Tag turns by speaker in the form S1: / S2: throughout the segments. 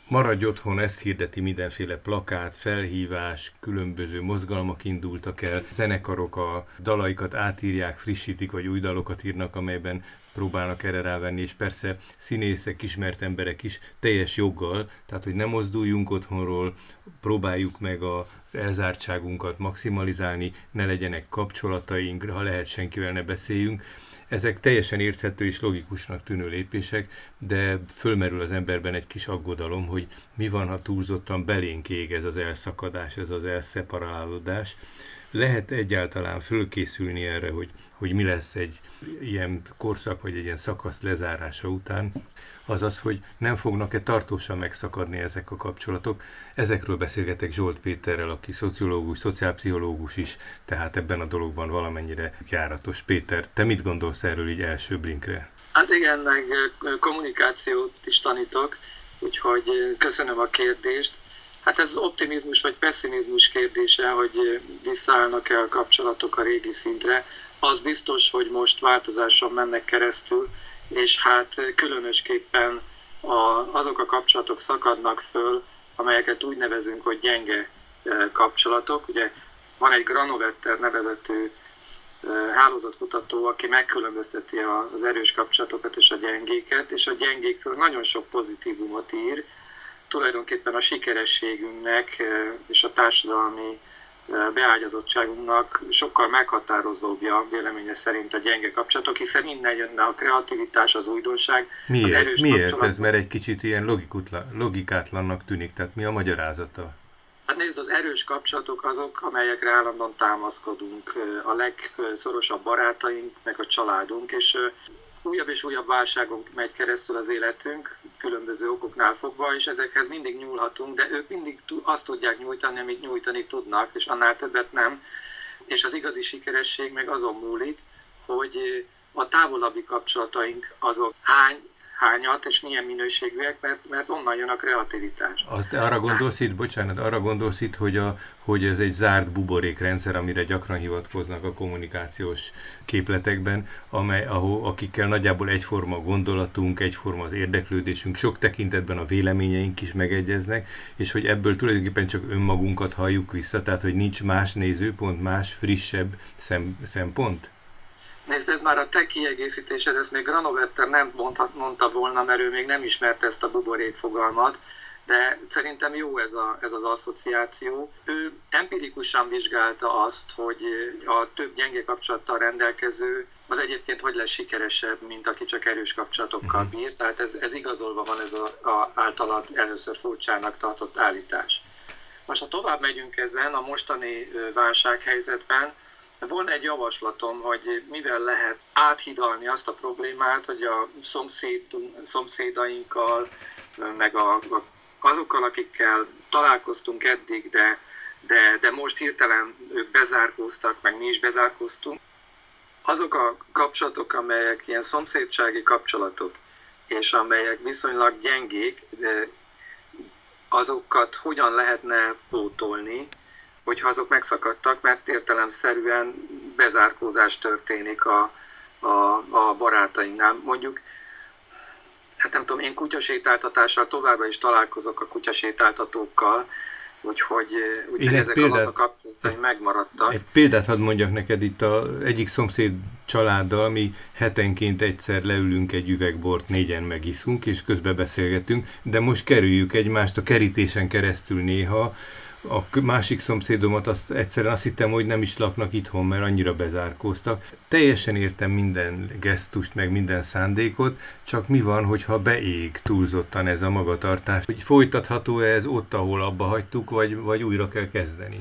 S1: Maradj otthon, ezt hirdeti mindenféle plakát, felhívás, különböző mozgalmak indultak el, zenekarok a dalaikat átírják, frissítik, vagy új dalokat írnak, amelyben próbálnak erre rávenni, és persze színészek, ismert emberek is teljes joggal, tehát hogy ne mozduljunk otthonról, próbáljuk meg az elzártságunkat maximalizálni, ne legyenek kapcsolataink, ha lehet senkivel ne beszéljünk. Ezek teljesen érthető és logikusnak tűnő lépések, de fölmerül az emberben egy kis aggodalom, hogy mi van, ha túlzottan belénk ég ez az elszakadás, ez az elszeparálódás. Lehet egyáltalán fölkészülni erre, hogy mi lesz egy ilyen korszak, vagy egy ilyen szakasz lezárása után, azaz, hogy nem fognak-e tartósan megszakadni ezek a kapcsolatok. Ezekről beszélgetek Zsolt Péterrel, aki szociológus, szociálpszichológus is, tehát ebben a dologban valamennyire járatos. Péter, te mit gondolsz erről így első blinkre?
S2: Hát igen, meg kommunikációt is tanítok, úgyhogy köszönöm a kérdést. Hát ez optimizmus vagy pessimizmus kérdése, hogy visszaállnak-e a kapcsolatok a régi szintre. Az biztos, hogy most változáson mennek keresztül, és hát különösképpen azok a kapcsolatok szakadnak föl, amelyeket úgy nevezünk, hogy gyenge kapcsolatok. Ugye van egy Granovetter nevezetű hálózatkutató, aki megkülönbözteti az erős kapcsolatokat és a gyengéket, és a gyengékről nagyon sok pozitívumot ír. Tulajdonképpen a sikerességünknek és a társadalmi beágyazottságunknak sokkal meghatározóbbja véleménye szerint a gyenge kapcsolatok, hiszen innen jönne a kreativitás, az újdonság, az erős
S1: Miért ez? Mert egy kicsit ilyen logikátlannak tűnik, tehát mi a magyarázata?
S2: Hát nézd, az erős kapcsolatok azok, amelyekre állandóan támaszkodunk, a legszorosabb barátaink, meg a családunk, és újabb és újabb válságon megy keresztül az életünk, különböző okoknál fogva, és ezekhez mindig nyúlhatunk, de ők mindig azt tudják nyújtani, amit nyújtani tudnak, és annál többet nem. És az igazi sikeresség meg azon múlik, hogy a távolabbi kapcsolataink azok hányat és milyen minőségűek, mert onnan jön a kreativitás.
S1: Arra gondolsz itt, hogy ez egy zárt buborékrendszer, amire gyakran hivatkoznak a kommunikációs képletekben, akikkel nagyjából egyforma gondolatunk, egyforma az érdeklődésünk, sok tekintetben a véleményeink is megegyeznek, és hogy ebből tulajdonképpen csak önmagunkat halljuk vissza, tehát hogy nincs más nézőpont, más, frissebb szempont?
S2: Nézd, ez már a te kiegészítésed, ezt még Granovetter nem mondta volna, mert ő még nem ismerte ezt a buborék fogalmat, de szerintem jó ez az asszociáció. Ő empirikusan vizsgálta azt, hogy a több gyenge kapcsolattal rendelkező az egyébként hogy lesz sikeresebb, mint aki csak erős kapcsolatokkal bír. Tehát ez igazolva van ez az általad először furcsának tartott állítás. Most ha tovább megyünk ezen, a mostani válsághelyzetben, volna egy javaslatom, hogy mivel lehet áthidalni azt a problémát, hogy a szomszédainkkal, meg azokkal, akikkel találkoztunk eddig, de most hirtelen ők bezárkóztak, meg mi is bezárkóztunk. Azok a kapcsolatok, amelyek ilyen szomszédsági kapcsolatok, és amelyek viszonylag gyengék, de azokat hogyan lehetne pótolni, hogyha azok megszakadtak, mert értelemszerűen bezárkózás történik a barátainknál. Mondjuk, hát nem tudom, én kutyasétáltatással továbbra is találkozok a kutyasétáltatókkal, úgyhogy ezek a kapcsolataim megmaradtak.
S1: Egy példát hadd mondjak neked, itt egyik szomszéd családdal mi hetenként egyszer leülünk egy üvegbort, négyen megiszunk, és közben beszélgetünk, de most kerüljük egymást a kerítésen keresztül néha. A másik szomszédomat egyszerűen azt hittem, hogy nem is laknak itthon, mert annyira bezárkóztak. Teljesen értem minden gesztust, meg minden szándékot, csak mi van, hogyha beég túlzottan ez a magatartás? Hogy folytatható-e ez ott, ahol abba hagytuk, vagy újra kell kezdeni?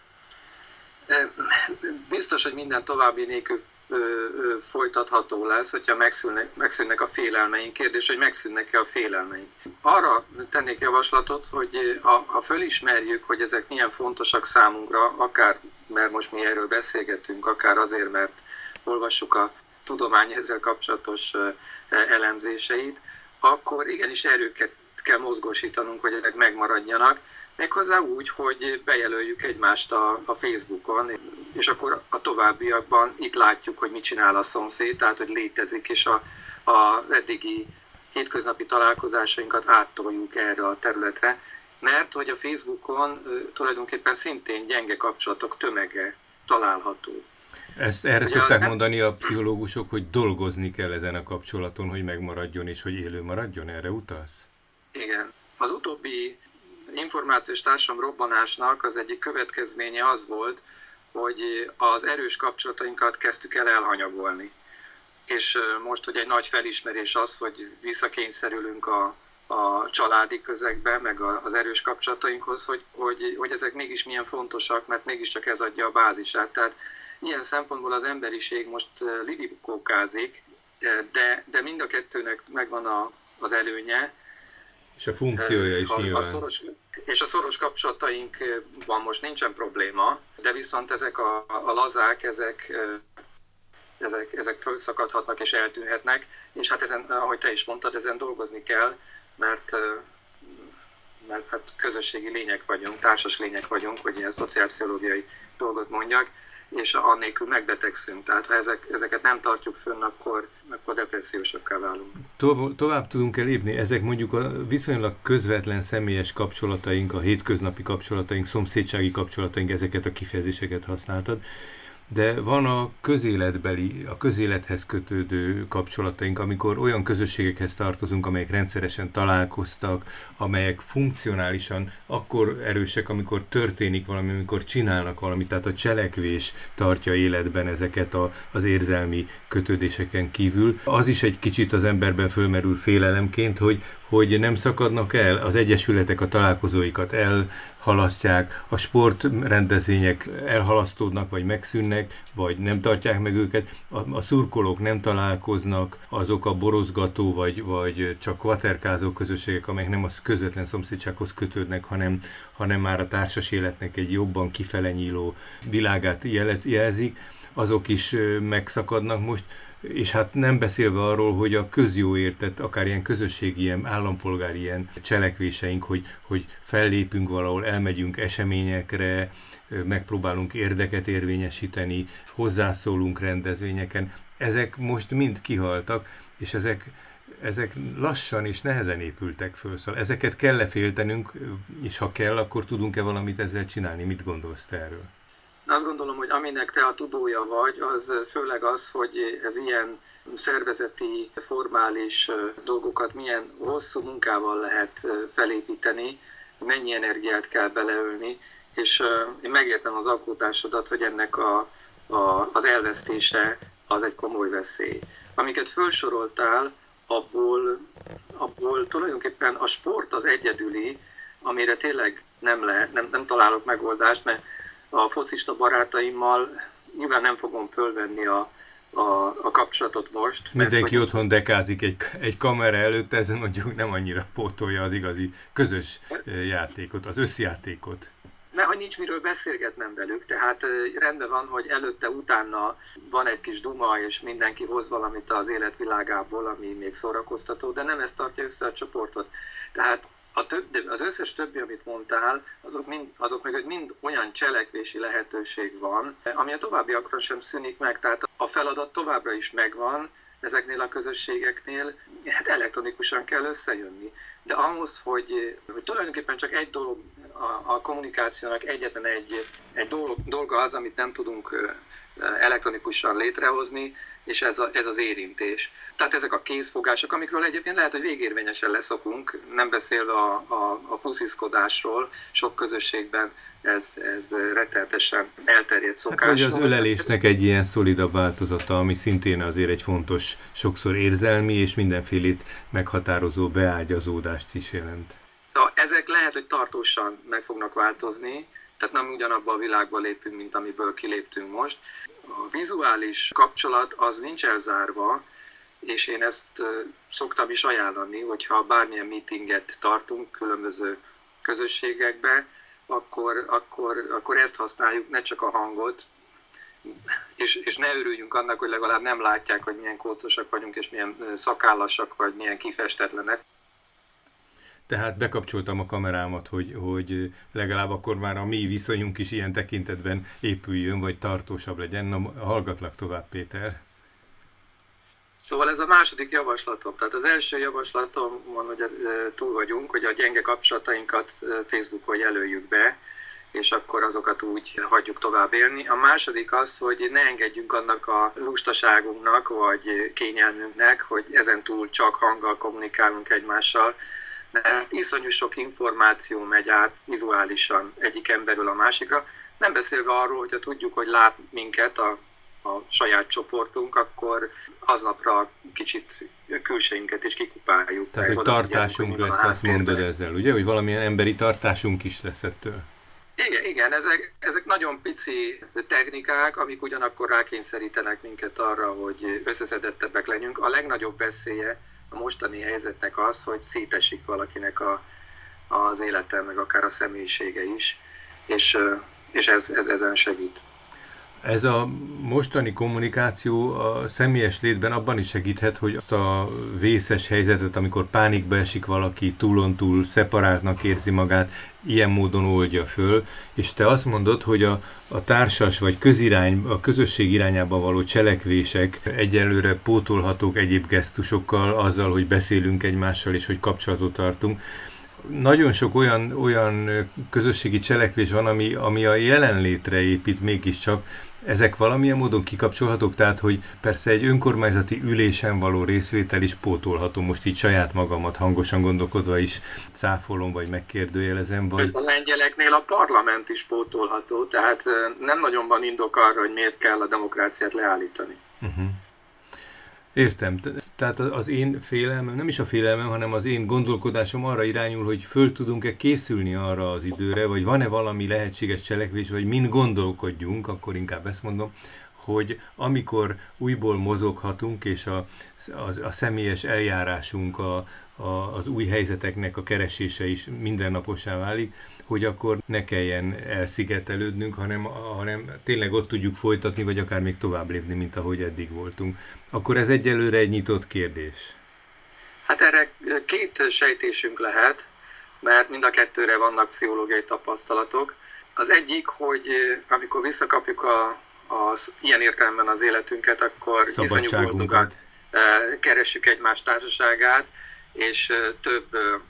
S2: Biztos, hogy minden további nélkül folytatható lesz, hogyha megszűnnek a félelmeink. Kérdés, hogy megszűnnek-e a félelmeink. Arra tennék javaslatot, hogy ha fölismerjük, hogy ezek milyen fontosak számunkra, akár mert most mi erről beszélgetünk, akár azért, mert olvassuk a tudomány ezzel kapcsolatos elemzéseit, akkor igenis erőket kell mozgósítanunk, hogy ezek megmaradjanak. Méghozzá úgy, hogy bejelöljük egymást a Facebookon, és akkor a továbbiakban itt látjuk, hogy mit csinál a szomszéd, tehát hogy létezik, és az eddigi hétköznapi találkozásainkat áttoljuk erre a területre, mert hogy a Facebookon tulajdonképpen szintén gyenge kapcsolatok tömege található.
S1: Erre szokták mondani a pszichológusok, hogy dolgozni kell ezen a kapcsolaton, hogy megmaradjon és hogy élő maradjon? Erre utalsz?
S2: Igen. Az utóbbi információs társadalom robbanásnak az egyik következménye az volt, hogy az erős kapcsolatainkat kezdtük el elhanyagolni. És most, hogy egy nagy felismerés az, hogy visszakényszerülünk a családi közegbe, meg az erős kapcsolatainkhoz, hogy ezek mégis milyen fontosak, mert mégiscsak ez adja a bázisát. Tehát ilyen szempontból az emberiség most libikókázik, de mind a kettőnek megvan az előnye.
S1: És a funkciója is nyilván.
S2: És a szoros kapcsolatainkban most nincsen probléma, de viszont ezek a lazák, ezek felszakadhatnak és eltűnhetnek, és hát ezen, ahogy te is mondtad, ezen dolgozni kell, mert hát közösségi lények vagyunk, társas lények vagyunk, hogy ilyen szociálpszichológiai dolgot mondjak, és annélkül megbetegszünk. Tehát ha ezeket nem tartjuk fönn, akkor depressziósakká válunk.
S1: Tovább tudunk-e lépni? Ezek mondjuk a viszonylag közvetlen személyes kapcsolataink, a hétköznapi kapcsolataink, szomszédsági kapcsolataink, ezeket a kifejezéseket használtad. De van a közéletbeli, a közélethez kötődő kapcsolataink, amikor olyan közösségekhez tartozunk, amelyek rendszeresen találkoztak, amelyek funkcionálisan akkor erősek, amikor történik valami, amikor csinálnak valamit, tehát a cselekvés tartja életben ezeket az érzelmi kötődéseken kívül. Az is egy kicsit az emberben fölmerül félelemként, hogy nem szakadnak el, az egyesületek a találkozóikat elhalasztják, a sportrendezvények elhalasztódnak, vagy megszűnnek, vagy nem tartják meg őket, a szurkolók nem találkoznak, azok a borozgató, vagy csak kvaterkázó közösségek, amelyek nem az közvetlen szomszédsághoz kötődnek, hanem már a társas életnek egy jobban kifele nyíló világát jelzik, azok is megszakadnak most. És hát nem beszélve arról, hogy a közjóért, tehát akár ilyen közösségi, ilyen állampolgári ilyen cselekvéseink, hogy fellépünk valahol, elmegyünk eseményekre, megpróbálunk érdeket érvényesíteni, hozzászólunk rendezvényeken, ezek most mind kihaltak, és ezek lassan és nehezen épültek föl. Szóval ezeket kell leféltenünk, és ha kell, akkor tudunk-e valamit ezzel csinálni? Mit gondolsz te erről?
S2: Azt gondolom, hogy aminek te a tudója vagy, az főleg az, hogy ez ilyen szervezeti, formális dolgokat milyen hosszú munkával lehet felépíteni, mennyi energiát kell beleölni, és én megértem az aggódásodat, hogy ennek az elvesztése az egy komoly veszély. Amiket felsoroltál, abból tulajdonképpen a sport az egyedüli, amire tényleg nem találok megoldást, mert a focista barátaimmal nyilván nem fogom fölvenni a kapcsolatot most.
S1: Mindenki otthon dekázik egy kamera előtt, ez mondjuk nem annyira pótolja az igazi közös játékot, az összjátékot.
S2: Mert hogy nincs miről beszélgetnem velük, tehát rendben van, hogy előtte, utána van egy kis duma, és mindenki hoz valamit az életvilágából, ami még szórakoztató, de nem ez tartja össze a csoportot. Tehát az összes többi, amit mondtál, azok mögött mind olyan cselekvési lehetőség van, ami a továbbiakra sem szűnik meg. Tehát a feladat továbbra is megvan ezeknél a közösségeknél, hát elektronikusan kell összejönni. De ahhoz, hogy tulajdonképpen csak egy dolog, a kommunikációnak egyetlen egy dolga az, amit nem tudunk elektronikusan létrehozni, és ez az érintés. Tehát ezek a kézfogások, amikről egyébként lehet, hogy végérvényesen leszokunk, nem beszélve a pusziszkodásról, sok közösségben ez rettenetesen elterjedt szokás.
S1: Hát, vagy az ölelésnek egy ilyen szolidabb változata, ami szintén azért egy fontos, sokszor érzelmi és mindenfélét meghatározó beágyazódást is jelent.
S2: Ezek lehet, hogy tartósan meg fognak változni, tehát nem ugyanabba a világba lépünk, mint amiből kiléptünk most. A vizuális kapcsolat az nincs elzárva, és én ezt szoktam is ajánlani, hogyha bármilyen meetinget tartunk különböző közösségekbe, akkor ezt használjuk, ne csak a hangot, és ne örüljünk annak, hogy legalább nem látják, hogy milyen kócosak vagyunk, és milyen szakállasak, vagy milyen kifestetlenek.
S1: Tehát bekapcsoltam a kamerámat, hogy legalább akkor már a mi viszonyunk is ilyen tekintetben épüljön, vagy tartósabb legyen. Na, hallgatlak tovább, Péter.
S2: Szóval ez a második javaslatom. Tehát az első javaslatomon, hogy túl vagyunk, hogy a gyenge kapcsolatainkat Facebookon jelöljük be, és akkor azokat úgy hagyjuk tovább élni. A második az, hogy ne engedjünk annak a lustaságunknak, vagy kényelmünknek, hogy ezen túl csak hanggal kommunikálunk egymással, mert iszonyú sok információ megy át vizuálisan egyik emberről a másikra, nem beszélve arról, hogyha tudjuk, hogy lát minket a saját csoportunk, akkor aznapra kicsit külsejünket is kikupáljuk.
S1: Tehát, hogy tartásunk lesz, azt mondod ezzel, ugye? Hogy valamilyen emberi tartásunk is lesz ettől.
S2: Igen, ezek nagyon pici technikák, amik ugyanakkor rákényszerítenek minket arra, hogy összeszedettebbek legyünk. A legnagyobb veszélye a mostani helyzetnek az, hogy szétesik valakinek az élete, meg akár a személyisége is, és ez ezen segít.
S1: Ez a mostani kommunikáció a személyes létben abban is segíthet, hogy azt a vészes helyzetet, amikor pánikba esik valaki, túlontúl szeparáltnak érzi magát, ilyen módon oldja föl, és te azt mondod, hogy a társas vagy a közösség irányába való cselekvések egyelőre pótolhatók egyéb gesztusokkal, azzal, hogy beszélünk egymással és hogy kapcsolatot tartunk. Nagyon sok olyan közösségi cselekvés van, ami a jelenlétre épít mégiscsak. Ezek valamilyen módon kikapcsolhatók, tehát hogy persze egy önkormányzati ülésen való részvétel is pótolható, most így saját magamat hangosan gondolkodva is cáfolom, vagy megkérdőjelezem. Vagy...
S2: A lengyeleknél a parlament is pótolható, tehát nem nagyon van indok arra, hogy miért kell a demokráciát leállítani.
S1: Uh-huh. Értem. Tehát az én félelmem, nem is a félelmem, hanem az én gondolkodásom arra irányul, hogy föl tudunk-e készülni arra az időre, vagy van-e valami lehetséges cselekvés, vagy mind gondolkodjunk, akkor inkább ezt mondom, hogy amikor újból mozoghatunk, és a személyes eljárásunk, az új helyzeteknek a keresése is mindennapossá válik, hogy akkor ne kelljen elszigetelődnünk, hanem tényleg ott tudjuk folytatni, vagy akár még tovább lépni, mint ahogy eddig voltunk. Akkor ez egyelőre egy nyitott kérdés.
S2: Hát erre két sejtésünk lehet, mert mind a kettőre vannak pszichológiai tapasztalatok. Az egyik, hogy amikor visszakapjuk ilyen értelemben az életünket, akkor iszonyú boldogan keressük egymás társaságát, és több,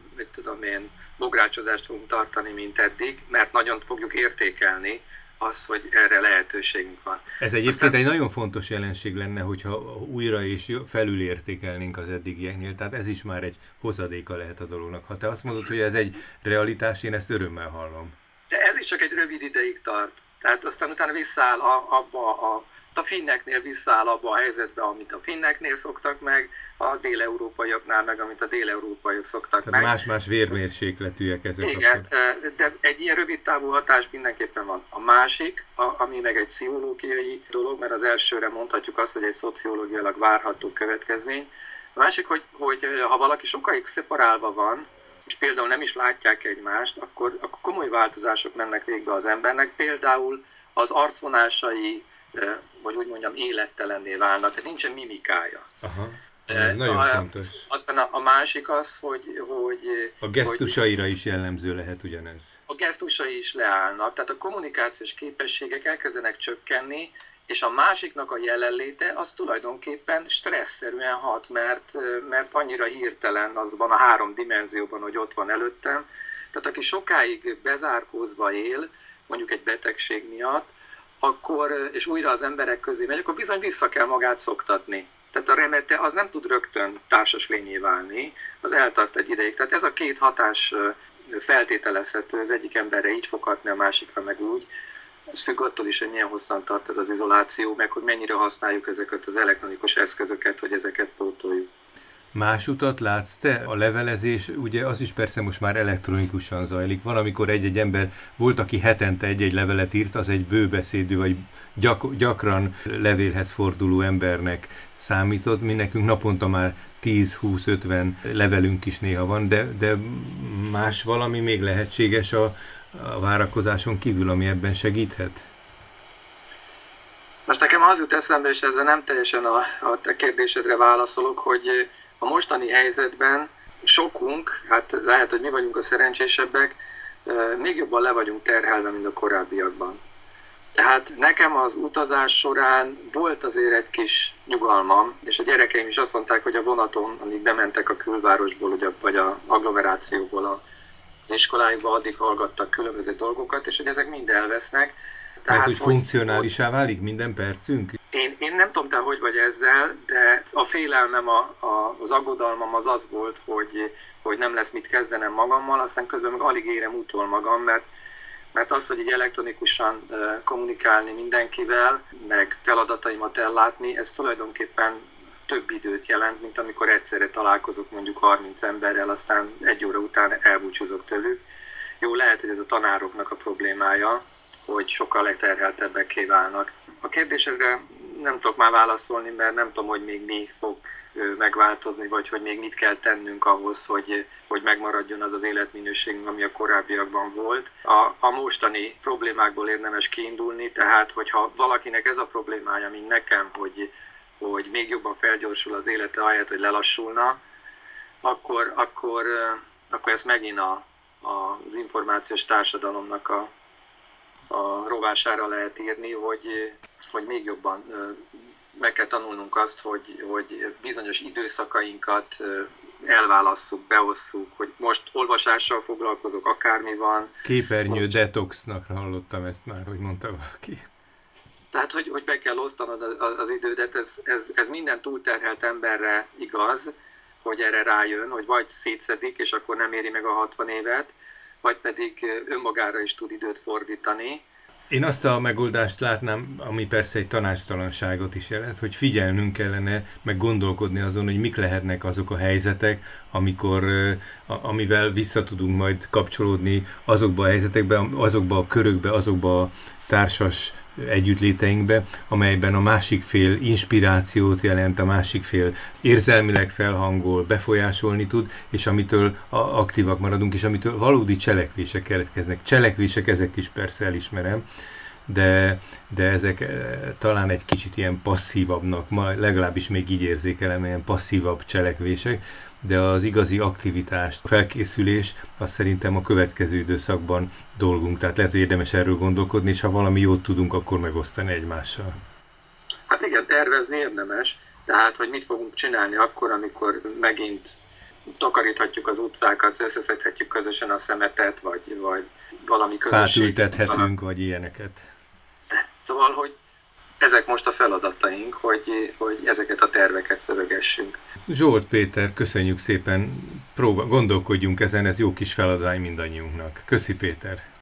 S2: bográcsozást fogunk tartani, mint eddig, mert nagyon fogjuk értékelni az, hogy erre lehetőségünk van.
S1: Ez egyébként egy nagyon fontos jelenség lenne, hogyha újra és felülértékelnénk az eddigieknél, tehát ez is már egy hozadéka lehet a dolognak. Ha te azt mondod, hogy ez egy realitás, én ezt örömmel hallom.
S2: De ez is csak egy rövid ideig tart. Tehát aztán utána visszaáll a finneknél visszaáll abba a helyzetbe, amit a finneknél szoktak meg, a déleurópaiaknál meg, amit a déleurópaiak szoktak
S1: tehát
S2: meg.
S1: más vérmérsékletűek ezek.
S2: Igen, de egy ilyen rövid távú hatás mindenképpen van. A másik, ami meg egy pszichológiai dolog, mert az elsőre mondhatjuk azt, hogy egy szociológiailag várható következmény. A másik, hogy ha valaki sokáig szeparálva van, és például nem is látják egymást, akkor komoly változások mennek végbe az embernek. Például az arcvonásai, vagy úgy mondjam, élettelenné válnak, tehát nincsen mimikája.
S1: Aha, ez nagyon fontos.
S2: Aztán a másik az, hogy
S1: a gesztusaira is jellemző lehet ugyanez.
S2: A gesztusai is leállnak, tehát a kommunikációs képességek elkezdenek csökkenni, és a másiknak a jelenléte az tulajdonképpen stresszerűen hat, mert annyira hirtelen azban a 3 dimenzióban, hogy ott van előttem. Tehát aki sokáig bezárkózva él, mondjuk egy betegség miatt, akkor, és újra az emberek közé megy, akkor bizony vissza kell magát szoktatni. Tehát a remete az nem tud rögtön társas lényé válni, az eltart egy ideig. Tehát ez a két hatás feltételezhető, az egyik emberre így fog hatni, a másikra meg úgy. Ez függ attól is, hogy milyen hosszan tart ez az izoláció, meg hogy mennyire használjuk ezeket az elektronikus eszközöket, hogy ezeket pótoljuk.
S1: Más utat látsz te? A levelezés, ugye az is persze most már elektronikusan zajlik. Van, amikor egy-egy ember volt, aki hetente egy-egy levelet írt, az egy bőbeszédű, vagy gyakran levélhez forduló embernek számított. Mi nekünk naponta már 10-20-50 levelünk is néha van, de más valami még lehetséges a várakozáson kívül, ami ebben segíthet?
S2: Most nekem az jut eszembe, és ezzel nem teljesen a te kérdésedre válaszolok, hogy a mostani helyzetben sokunk, hát lehet, hogy mi vagyunk a szerencsésebbek, még jobban le vagyunk terhelve, mint a korábbiakban. Tehát nekem az utazás során volt azért egy kis nyugalmam, és a gyerekeim is azt mondták, hogy a vonaton, amíg bementek a külvárosból, vagy a agglomerációból az iskoláikba, addig hallgattak különböző dolgokat, és hogy ezek mind elvesznek.
S1: Tehát, hogy funkcionálisá válik minden percünk?
S2: Én nem tudom, te hogy vagy ezzel, de a félelmem, az aggodalmam az volt, hogy nem lesz mit kezdenem magammal, aztán közben meg alig érem utol magam, mert az, hogy így elektronikusan kommunikálni mindenkivel, meg feladataimat ellátni, ez tulajdonképpen több időt jelent, mint amikor egyszerre találkozok mondjuk 30 emberrel, aztán egy óra után elbúcsúzok tőlük. Jó, lehet, hogy ez a tanároknak a problémája, hogy sokkal leterheltebbekké válnak. A kérdésedre nem tudok már válaszolni, mert nem tudom, hogy még mi fog megváltozni, vagy hogy még mit kell tennünk ahhoz, hogy megmaradjon az az életminőségünk, ami a korábbiakban volt. A mostani problémákból érdemes kiindulni, tehát hogyha valakinek ez a problémája, mint nekem, hogy még jobban felgyorsul az élete, ahelyett, hogy lelassulna, akkor ezt megint az információs társadalomnak a rovására lehet írni, hogy még jobban meg kell tanulnunk azt, hogy bizonyos időszakainkat elválasszuk, beosszuk, hogy most olvasással foglalkozok, akármi van.
S1: Képernyő detoxnak hallottam ezt már, hogy mondta valaki.
S2: Tehát, hogy be kell osztanod az idődet, ez minden túlterhelt emberre igaz, hogy erre rájön, hogy vagy szétszedik, és akkor nem éri meg a 60 évet, vagy pedig önmagára is tud időt fordítani.
S1: Én azt a megoldást látnám, ami persze egy tanácstalanságot is jelent, hogy figyelnünk kellene, meg gondolkodni azon, hogy mik lehetnek azok a helyzetek, amivel vissza tudunk majd kapcsolódni azokba a helyzetekbe, azokba a körökbe, azokba a társas együttléteinkbe, amelyben a másik fél inspirációt jelent, a másik fél érzelmileg felhangol, befolyásolni tud, és amitől aktívak maradunk, és amitől valódi cselekvések keletkeznek. Cselekvések, ezek is persze elismerem, de ezek talán egy kicsit ilyen passzívabbnak, legalábbis még így érzékelem, ilyen passzívabb cselekvések, de az igazi aktivitás, felkészülés, az szerintem a következő időszakban dolgunk. Tehát lehet, hogy érdemes erről gondolkodni, és ha valami jót tudunk, akkor megosztani egymással.
S2: Hát igen, tervezni érdemes. Tehát, hogy mit fogunk csinálni akkor, amikor megint takaríthatjuk az utcákat, összeszedhetjük közösen a szemetet, vagy valami közösség.
S1: Fát ültethetünk, vagy ilyeneket.
S2: Szóval, hogy ezek most a feladataink, hogy ezeket a terveket szövegessünk.
S1: Zsolt Péter, köszönjük szépen, gondolkodjunk ezen, ez jó kis feladvány mindannyiunknak. Köszi Péter!